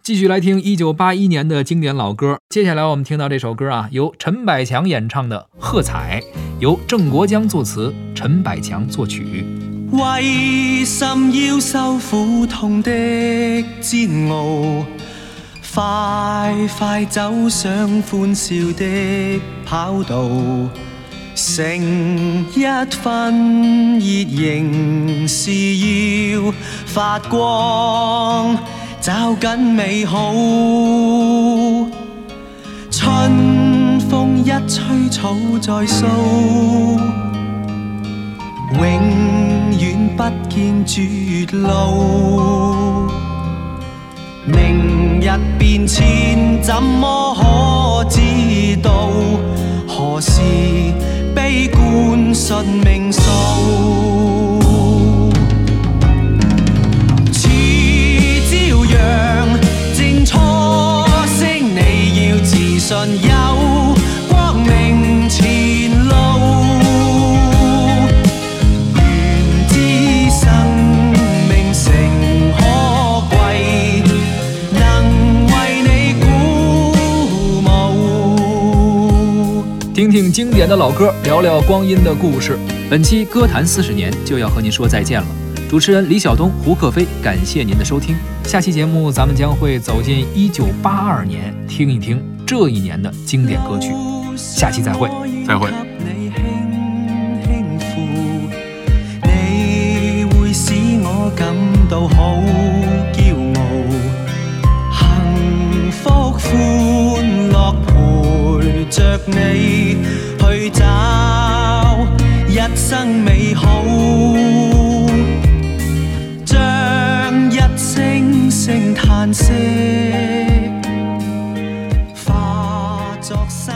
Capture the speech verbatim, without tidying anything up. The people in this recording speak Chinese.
继续来听一九八一年的经典老歌，接下来我们听到这首歌啊，由陈百强演唱的《喝彩》，由郑国江作词，陈百強作曲。 為甚要受苦痛的煎熬？快快走上歡笑的跑道，成一分熱仍是要發光，找緊美好。春風一吹草再蘇，永遠不見絕路。明日變遷怎麼可知道？何時悲觀信命數？似朝陽正初升，你要自信有光明前路。願知生命誠可貴，能為你鼓舞。 听听经典的老歌，聊聊光阴的故事。本期歌坛四十年就要和您说再见了。主持人李晓东、胡克飞，感谢您的收听。下期节目咱们将会走进一九八二年，听一听这一年的经典歌曲。下期再会， 再会。 你會使我感到好驕傲，幸福歡樂陪着你去找一生美好。聲聲嘆息化作